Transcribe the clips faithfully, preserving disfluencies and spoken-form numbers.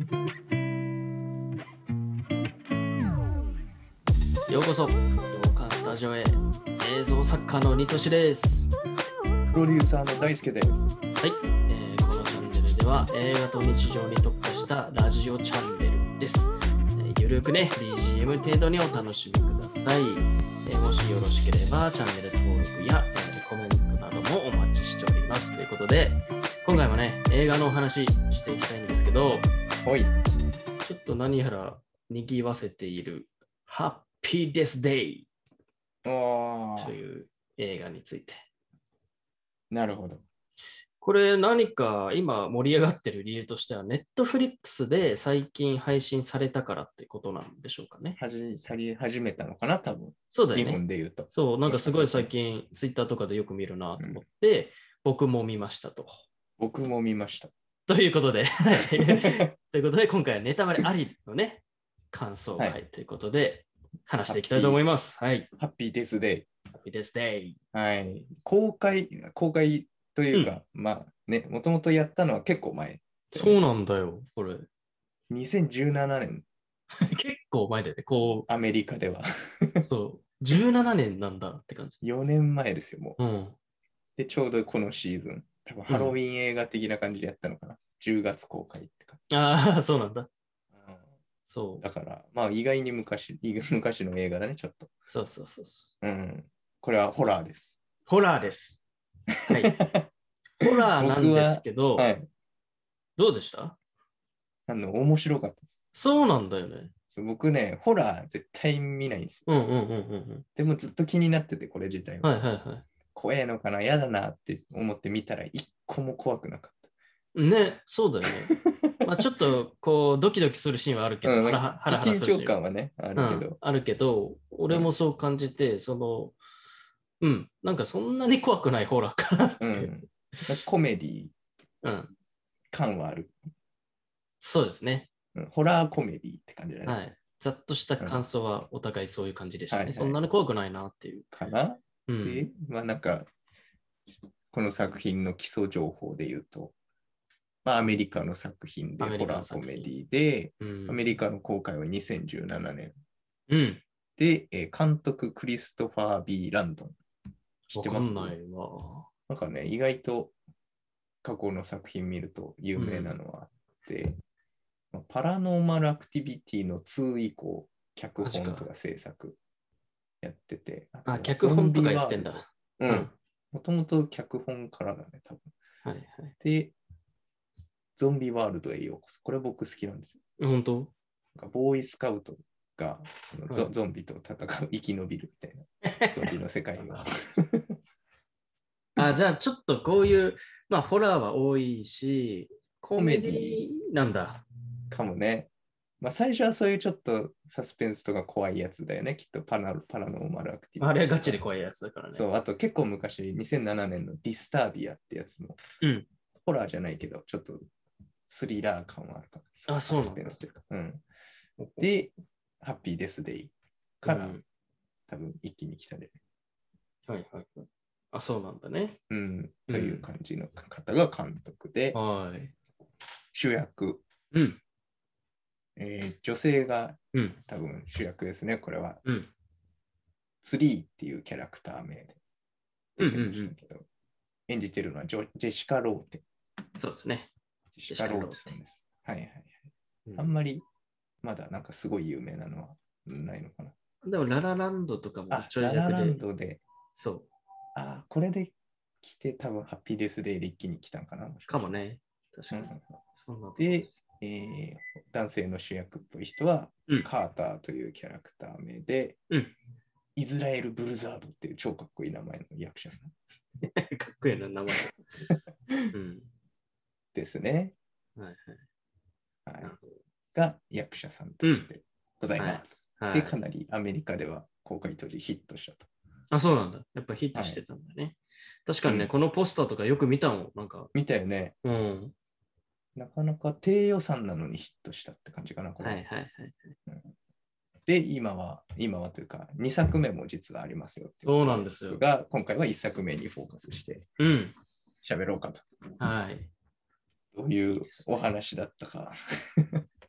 ようこそ、洋館スタジオへ。映像作家のニトシです。 プロデューサーの大輔です。 はい、えー、このチャンネルでは映画と日常に特化したラジオチャンネルです。えー、ゆるくね、ビージーエム 程度にお楽しみください。えー、もしよろしければチャンネル登録や、えー、コメントなどもお待ちしております。ということで、今回はね、映画のお話していきたいんですけど、 はい。 ちょっと何やら賑わせているハッピーデスデイという映画について。 なるほど。 これ何か今盛り上がってる理由としては、ネットフリックスで最近配信されたからってことなんでしょうかね。 はじ、さり始めたのかな、多分。 そうだよね。 日本で言うと。 そう、なんかすごい最近ツイッターとかでよく見るなと思って、うん、僕も見ましたと。 僕も見ました。 ということで、ということで今回はネタバレありのね、感想会ということで話していきたいと思います。はい。 ハッピーデスデイ。 ハッピーデスデイ。 はい。公開、公開というか、うん、まあね、もともとやったのは結構前。 そうなんだよ、これ。 にせんじゅうななねん。 結構前だよね、こう。アメリカでは。 そう。じゅうななねんなんだって感じ。 よねんまえですよ、もう。 うん、 で、ちょうどこのシーズン。多分ハロウィン映画的な感じでやったのかな。うん、じゅうがつ公開って感じ。 ああ、そうなんだ。 うん、 そう。 だから、まあ意外に昔、昔の映画だね、ちょっと。 そうそうそうそう。うん。これはホラーです。 ホラーです。はい。ホラーなんですけど、はい、どうでした？ あの、面白かったです。 そうなんだよね。 僕ね、ホラー絶対見ないんですよ。 うんうんうんうん。 でもずっと気になってて、これ自体は。 はいはいはい。 怖えのかな、嫌だなって思って見たら、一個も怖くなかった。 ね、そうだよね。まあちょっと、こう、ドキドキするシーンはあるけど、 うん、 ハラハラハラするシーン。 緊張感はね、あるけど、うん。 あるけど、俺もそう感じて、うん、その、うん、なんかそんなに怖くないホラーかなっていう。うん、 コメディうん感はある。 そうですね。 うん、ホラーコメディって感じだね。 はい。ざっとした感想はお互いそういう感じでしたね。 うん、 そんなに怖くないなっていう。 かな、 うん、 で、まあなんか、この作品の基礎情報で言うと、まあ、アメリカの作品でホラーコメディで、うん、アメリカの公開はにせんじゅうななねん。うん、で、えー、監督クリストファー・ビー・ランドン。知ってます？ わかんないわ。 なんかね、意外と過去の作品見ると有名なのはあって、うん、パラノーマル・アクティビティのに以降、脚本とか制作やってて。 あ、脚本とかやってんだ。 うん。もともと脚本からだね、多分。 はいはい。 で、ゾンビワールドへようこそ。これ僕好きなんですよ。 本当？ ボーイスカウトがその ゾ,、はい、ゾンビと戦う、生き延びるみたいな、ゾンビの世界を。 あ、じゃあちょっとこういう、まあホラーは多いし、コメディなんだ。 かもね。まあ最初はそういうちょっとサスペンスとか怖いやつだよね。きっとパラパラノーマルアクティビティ。 あれガチで怖いやつだからね。 そう、あと結構昔、にせんななねんのディスタービアってやつも、うん、ホラーじゃないけど、ちょっとスリラー感はあるかも。あ、そうなんだ。 サスペンスというか。うん。で、ハッピーデスデイから、うん、多分一気に来たね。 はいはいはい。あ、そうなんだね。 うん。という感じの方が監督で、うん、はい、主役。うん。えー、女性が多分主役ですね、これは。うん。ツリーっていうキャラクター名で出てましたけど、うんうんうん、演じてるのはジョジェシカ・ローテ。 そうですね。 ジェシカ・ローテさんです。はいはいはい。うん、あんまりまだなんかすごい有名なのはないのかな。 でもララランドとかもちょい役で。ララランドで。 そう。 あ、これで来て多分ハッピーデスデイで一気に来たんかな。もかもね。確かに。うん、 そんなで、えー、男性の主役っぽい人は、うん、カーターというキャラクター名で、うん、イズラエル・ブルザードっていう超かっこいい名前の役者さん。 かっこいいな名前、うん、 ですね。 はいはい。はい、が役者さんとしてございます。うん、はいはい、で、かなりアメリカでは公開当時ヒットしたと。 あ、そうなんだ。やっぱヒットしてたんだね。はい、確かにね、うん、このポスターとかよく見たもん。なんか。 見たよね。うん。なかなか低予算なのにヒットしたって感じかな、これ。はいはいはい、うん。で、今は、今はというか、にさくめも実はありますよ。 そうなんですよ。 が、今回はいっさくめにフォーカスして、喋ろうかと。 うん、はい。 どういうお話だったか。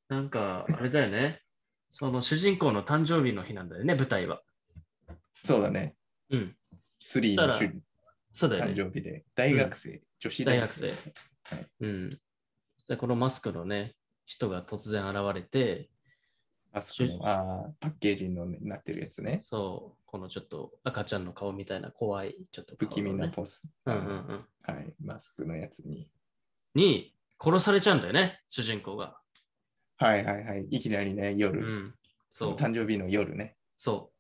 なんか、あれだよね。その主人公の誕生日の日なんだよね、舞台は。 そうだね。 うん。 ツリーの主そうだよね。 誕生日で、大学生、うん、女子大学生。 大学生。はい、うん。そしてこのマスクのね、人が突然現れて、 マスクのあパッケージの、ね、なってるやつね。 そう、このちょっと赤ちゃんの顔みたいな怖い、ちょっと、ね、 不気味なポス。 うんうんうん。 はい、マスクのやつに。 に、殺されちゃうんだよね、主人公が。 はいはいはい。いきなりね、夜。うん、そう。誕生日の夜ね。 そう。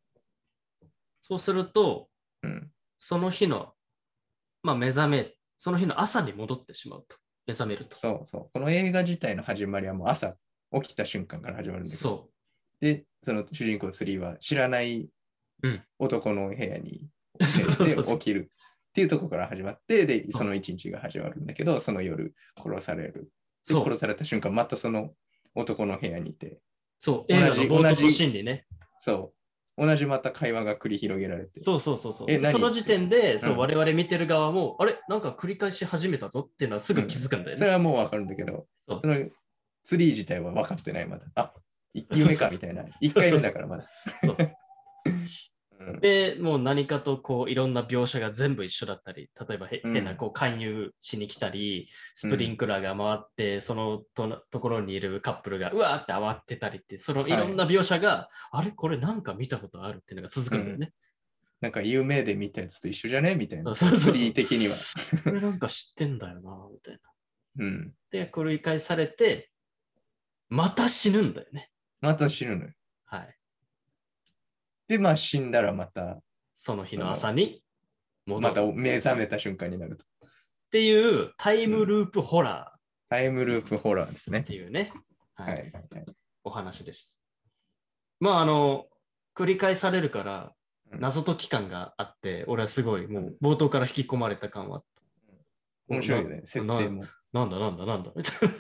そうすると、 うん、 その日の、まあ目覚め、その日の朝に戻ってしまうと。目覚めると。 そうそう。この映画自体の始まりはもう朝起きた瞬間から始まるんだけど。そう。で、その主人公スリーは知らない男の部屋に起きるっていうところから始まって、で、その一日が始まるんだけど、その夜殺される。で、殺された瞬間、またその男の部屋にいて。 そう、映画の冒頭のシーンにね。 そう。同じまた会話が繰り広げられて。 そうそうそうそう。その時点で、そう、うん、我々見てる側も、あれなんか繰り返し始めたぞっていうのはすぐ気づくんだよね。うん、 それはもうわかるんだけど、そのスリー自体は分かってない、まだ。あ、いっきゅうめかみたいな。いっかいめだからまだ。そうそうで、もう何かとこういろんな描写が全部一緒だったり、例えばへ、うん、変なこう勧誘しに来たり、スプリンクラーが回って、うん、そのとところにいるカップルがうわーって慌てたりって、そのいろんな描写が、はい、あれこれなんか見たことあるっていうのが続くんだよね。うん、 なんか有名で見たやつと一緒じゃねみたいな。そうそうそう。スリー的には。 これなんか知ってんだよな、みたいな。 うん。 で、繰り返されて、また死ぬんだよね。 また死ぬのよ。 はい。 で、まあ死んだらまた、 その日の朝に戻る。また目覚めた瞬間になると。 っていうタイムループホラー、うん。 タイムループホラーですね。 っていうね。 はい。はいはいはい、 お話です。まあ、あの、繰り返されるから、謎解き感があって、俺はすごい、もう冒頭から引き込まれた感はあった。 うん、面白いよね、設定も。 なんだなんだなんだみたいな。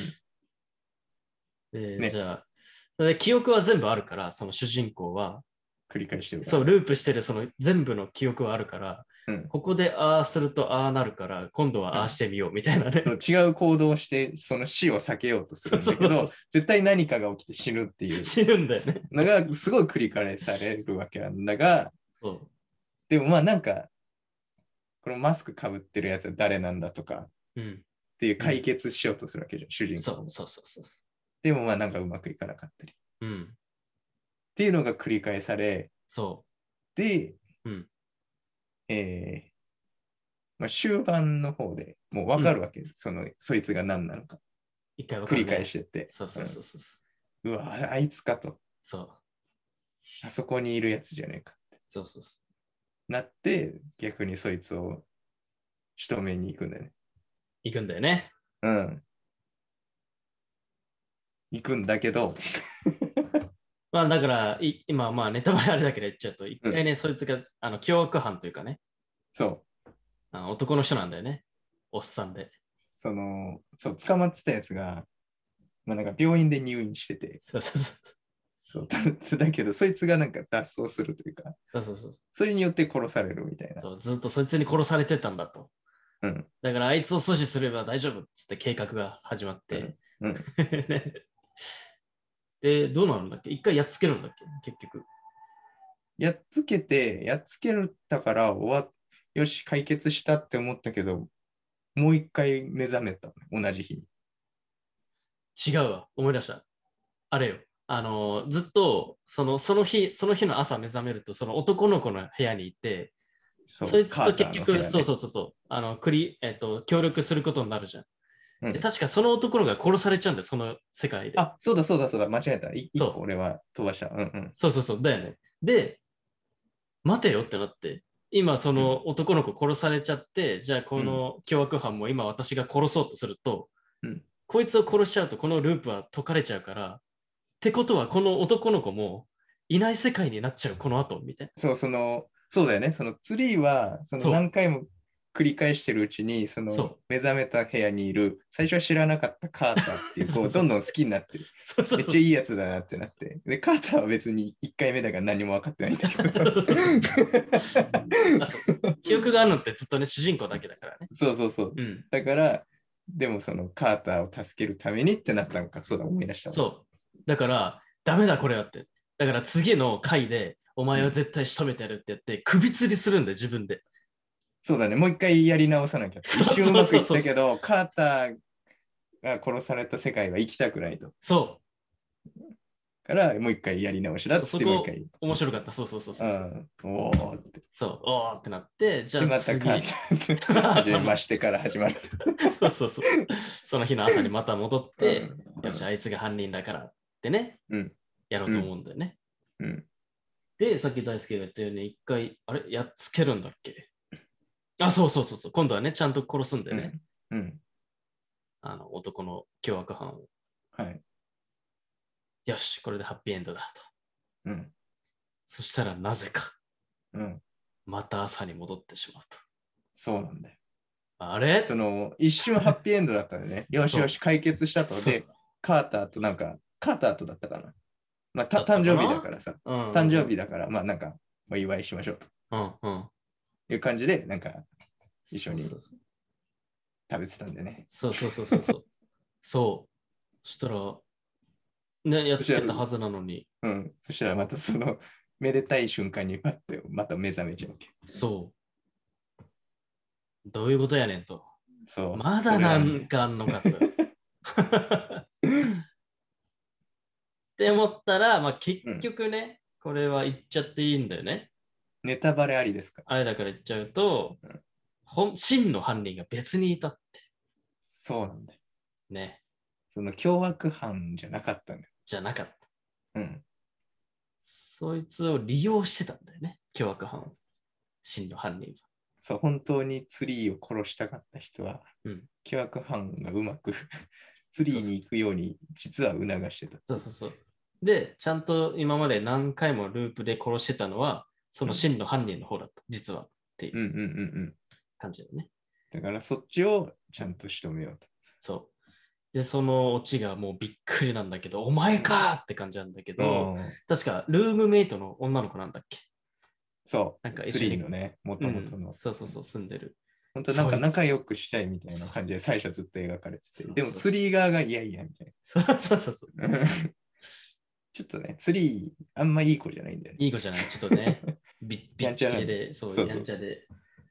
うん、で、ね、じゃあ、で記憶は全部あるから、その主人公は。 繰り返してるから。 そう、ループしてるその全部の記憶はあるから、うん、ここでああするとああなるから、今度はああしてみようみたいなね。 うん、そう違う行動をして、その死を避けようとするんだけど、そうそうそう絶対何かが起きて死ぬっていう。 死ぬんだよね。 のがすごい繰り返されるわけなんだが、 そうでもまあなんか、このマスクかぶってるやつは誰なんだとか、 うん、 っていう解決しようとするわけじゃん、うん、主人公。 そうそうそうそう。 でもまあなんかうまくいかなかったり。 うん、 っていうのが繰り返され、 そう。 で、 うん、 えーまあ、終盤の方でもう分かるわけ、うん、そのそいつが何なのか。 一回分かる、 ね、繰り返してって。 そうそうそうそう、 うん。うわ、あいつかと。 そう。 あそこにいるやつじゃねえかって。 そうそうそう。 なって、逆にそいつを仕留めに行くんだよね。 行くんだよね。 うん。行くんだけど。 まあだから、今まあネタバレあれだけど言っちゃうと、一回ね、うん、そいつがあの凶悪犯というかね。 そう。 あの男の人なんだよね。おっさんで。 その、そう、捕まってたやつが、まあなんか病院で入院してて。 そうそうそう。 そうだ, だけど、そいつがなんか脱走するというか、 そうそうそう。 それによって殺されるみたいな。 そう、ずっとそいつに殺されてたんだと。 うん。 だからあいつを阻止すれば大丈夫っつって計画が始まって。 うん。うん、 で、どうなるんだっけ？一回やっつけるんだっけ？結局。 やっつけて、やっつけたから終わっ、よし、解決したって思ったけど、もう一回目覚めた。同じ日に。 違うわ。思い出した。あれよ。あの、ずっと、その、その日、その日の朝目覚めると、その男の子の部屋に行って、そ, そいつと結局、ね、そうそうそうそう、あの、クリ、えっと、協力することになるじゃん。うん、で確かその男の子が殺されちゃうんだよ、その世界で。 あ、そうだそうだそうだ、間違えた。一個俺は飛ばした。うんうん。 そうそうそう、だよね。で、待てよってなって、今その男の子殺されちゃって、うん、じゃあこの凶悪犯も今私が殺そうとすると、うん、こいつを殺しちゃうとこのループは解かれちゃうから、ってことはこの男の子もいない世界になっちゃう、この後、みたいな。 そう、その、そうだよね。そのツリーは、その何回も繰り返してるうちに、その目覚めた部屋にいる、最初は知らなかったカーターっていう、こう、どんどん好きになってる。そうそうそうめっちゃいいやつだなってなって。で、カーターは別にいっかいめだから何も分かってないんだけど。 記憶があるのってずっとね、主人公だけだからね。 そうそうそう。うん、だから、 でもそのカーターを助けるためにってなったのか、そうだ、思い出した。 そう。だから、ダメだこれはって。だから次の回で、お前は絶対仕留めてやるって言って、首吊りするんだよ、自分で。 そうだね、もう一回やり直さなきゃ。一瞬うまくいったけど、カーターが殺された世界は生きたくないと。 そう。 からもう一回やり直しだっつってもう一回。 面白かった。そうそうそうそう。 うん、おーって。 そう、おーってなって、じゃあまたカーター始めましてから始まる。 そうそうそう。その日の朝にまた戻って、うん、よし、あいつが犯人だからってね、うん、やろうと思うんだよね。うんうん、で、さっき大輔が言ったように、一回、あれやっつけるんだっけ？あ、そうそうそうそう。今度はね、ちゃんと殺すんだよね。うん。うん、あの、男の凶悪犯を。はい。よし、これでハッピーエンドだと。うん。そしたらなぜか。うん。また朝に戻ってしまうと。 そうなんだよ。 あれその、一瞬ハッピーエンドだったんでね。よしよし、解決したと。で、カーターとなんか、カーターとだったかな。まあ、た誕生日だからさ。うんうんうん、誕生日だから、まあなんか、お祝いしましょうと。うんうん。いう感じで、なんか、一緒に食べてたんでね。 そうそうそうそうそう。そう。そしたら、ね、やっつけたはずなのに。 うん。そしたらまたその、めでたい瞬間にパッてまた目覚めちゃうわけ。 そう。どういうことやねんと。 そう。 まだなんかあんのかと。って思ったら、まあ、結局ね、うん、これは言っちゃっていいんだよね。 ネタバレありですか？ あれだから言っちゃうと、うん、本真の犯人が別にいたって。 そうなんだよ。 ね。 その凶悪犯じゃなかったんだよ。 じゃなかった。うん。そいつを利用してたんだよね。凶悪犯を。真の犯人は。 そう、本当にツリーを殺したかった人は、うん、凶悪犯がうまくツリーに行くように実は促してた。 そうそうそう。で、ちゃんと今まで何回もループで殺してたのは、その真の犯人の方だった、うん、実はっていう感じだよね。 だからそっちをちゃんと仕留めようと。 そう。で、そのオチがもうびっくりなんだけど、お前かって感じなんだけど、確かルームメイトの女の子なんだっけ？ そう。なんかツリーのね、もともとの、 うん。そうそうそう、住んでる。 本当なんか仲良くしたいみたいな感じで最初ずっと描かれてて、でもツリー側がいやいやみたいな。そうそうそう。 ちょっとね、ツリーあんまいい子じゃないんだよね。 いい子じゃない。ちょっとね、ビッチ系で、そう、やんちゃで。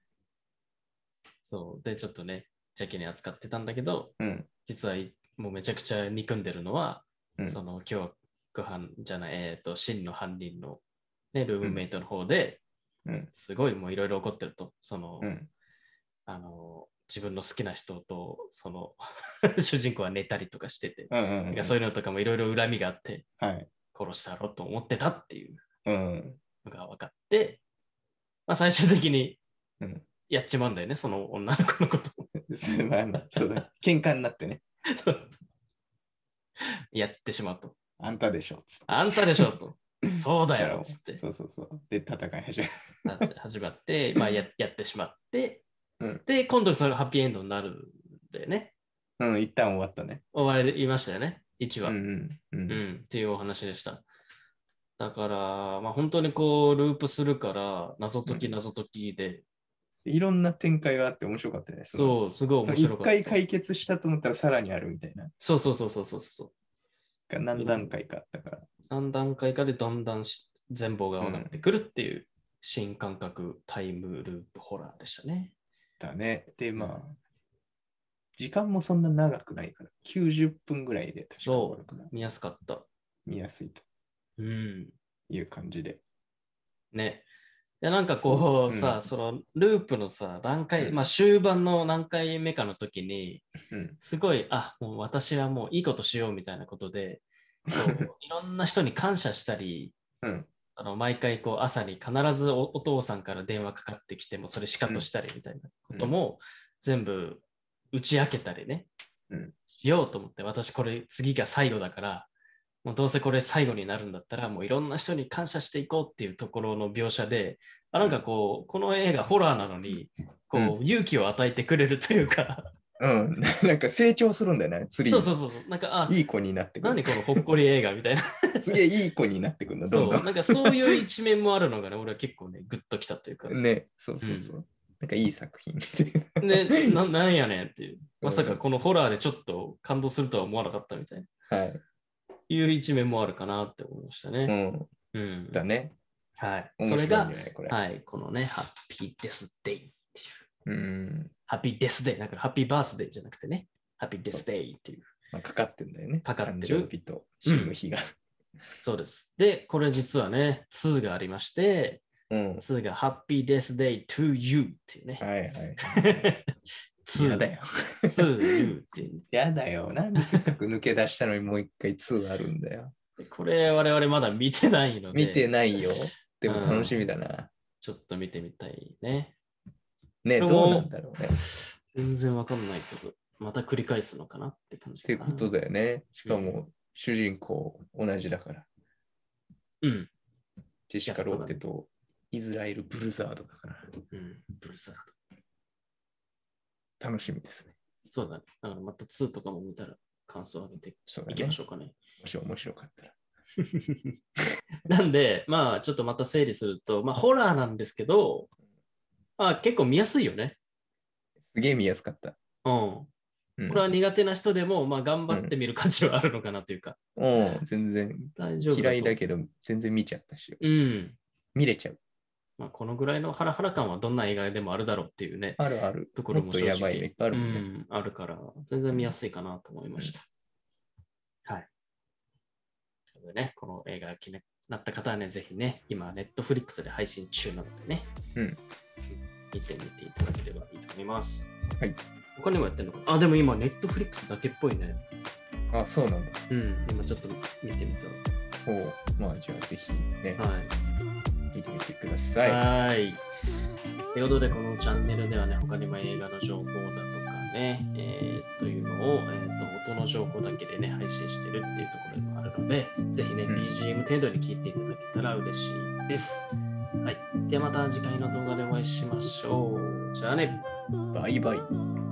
そう。で、ちょっとね、邪気に扱ってたんだけど、うん、実はもうめちゃくちゃ憎んでるのは、うん、その凶悪犯じゃない、えっ、ー、と、真の犯人の、ね、ルームメイトの方で、うん、すごいもういろいろ起こってると、その、うん、あの、自分の好きな人と、その、主人公は寝たりとかしてて、うんうんうん、そういうのとかもいろいろ恨みがあって、はい、殺したろと思ってたっていうのが分かって、まあ、最終的にやっちまうんだよね、その女の子のこと。 まあ、そうだ。喧嘩になってね。 やってしまうと。 あんたでしょ。 あんたでしょと。そうだよ。つって。 そうそうそう。で、戦い始め始まって、まあや、やってしまって、うん、で、今度そのハッピーエンドになるんだよね。 うん、一旦終わったね。 終わりで言いましたよね。いちわ。うん、うんうん、うん。っていうお話でした。だから、まあ本当にこう、ループするから、謎解き謎解きで、 うん、いろんな展開があって面白かったね。 そう、すごい面白かった。 一回解決したと思ったらさらにあるみたいな。 そうそうそうそうそうそう。 が何段階かあったから。 何段階かでだんだん全貌が分かってくるっていう新感覚タイムループホラーでしたね。 だね。で、まあ、うん、時間もそんな長くないから、きゅうじゅっぷんぐらいで確かそう、見やすかった。 見やすいと。うん。いう感じで。 ね。でなんかこう、うん、さ、そのループのさ、何回、うん、まあ終盤の何回目かの時に、うん、すごい、あ、もう私はもういいことしようみたいなことで、こういろんな人に感謝したり、うん、あの毎回こう朝に必ず お, お父さんから電話かかってきてもそれシカトしたりみたいなことも全部打ち明けたりね、うん、しようと思って、私これ次が最後だからもうどうせこれ最後になるんだったらもういろんな人に感謝していこうっていうところの描写で、あなんかこうこの映画ホラーなのにこう、うん、勇気を与えてくれるというかうん、なんか成長するんだよね、釣り。 そうそうそう。なんか、あ、 いい子になってくる。 何このほっこり映画みたいな。 すげえいい子になってくるの、どんどん。 そう、なんかそういう一面もあるのがね、俺は結構ね、グッときたというか。 ね、そうそうそう。 なんかいい作品。 ね、な、なんやねんっていう。まさかこのホラーでちょっと感動するとは思わなかったみたいな。 はい。 いう一面もあるかなって思いましたね。 うん。 うん。 だね。 はい。 面白いんじゃない、これ。 はい。このね、ハッピーデスデイっていう。 うん。 ハッピーデスデイ。なんかハッピーバースデーじゃなくてね、ハッピーデスデイっていう。 まあ、かかってんだよね。 かかってる。 誕生日と死ぬ日が、 うん。そうです。で、これ実はね、ツーがありまして、 うん、 ツーがハッピーデスデイ to you っていうね。 はいはい。 ツー。 やだよ。 ツー you っていう。 やだよ。なんでせっかく抜け出したのにもう一回ツーあるんだよ。 これ我々まだ見てないので。 見てないよ。でも楽しみだな。うん、 ちょっと見てみたいね。 ね、どうなんだろうね。 全然わかんないけど、また繰り返すのかなって感じかな。 ってことだよね。しかも、うん、主人公同じだから。 うん。 ジェシカ・ローテとイスラエル・ブルザードだから。 うん、ブルザード。楽しみですね。 そうだね。だからまたツーとかも見たら感想を上げていきましょうかね。 もし面白かったら。 なんで、まあちょっとまた整理すると、まあホラーなんですけど、まあ結構見やすいよね。 すげえ見やすかった。 うん。うん、これは苦手な人でも、まあ頑張って見る価値はあるのかなというか。 うん、うん、全然大丈夫嫌いだけど、全然見ちゃったし。 うん。 見れちゃう。 まあ、このぐらいのハラハラ感はどんな映画でもあるだろうっていうね。 あるある。 ところも正直もっとやばいのいっぱいあるもんね。 うん、あるから、全然見やすいかなと思いました。うん、はい。ということでね、この映画が気になった方はね、ぜひね、今、ネットフリックスで配信中なのでね、 うん、 見てみていただければいいと思います。 はい。 他にもやってるのかなあ、でも今、ネットフリックスだけっぽいね。 あ、そうなんだ。 うん、今ちょっと見てみた。 おう、まあじゃあぜひね。 はい。 見てみてください。 はい。ということで、このチャンネルではね、他にも映画の情報だとかね、えー、というのを、えーと、音の情報だけでね、配信してるっていうところでもあるので、ぜひね、うん、ビージーエム 程度に聞いていただけたら嬉しいです。はい。ではまた次回の動画でお会いしましょう。じゃあね。 バイバイ。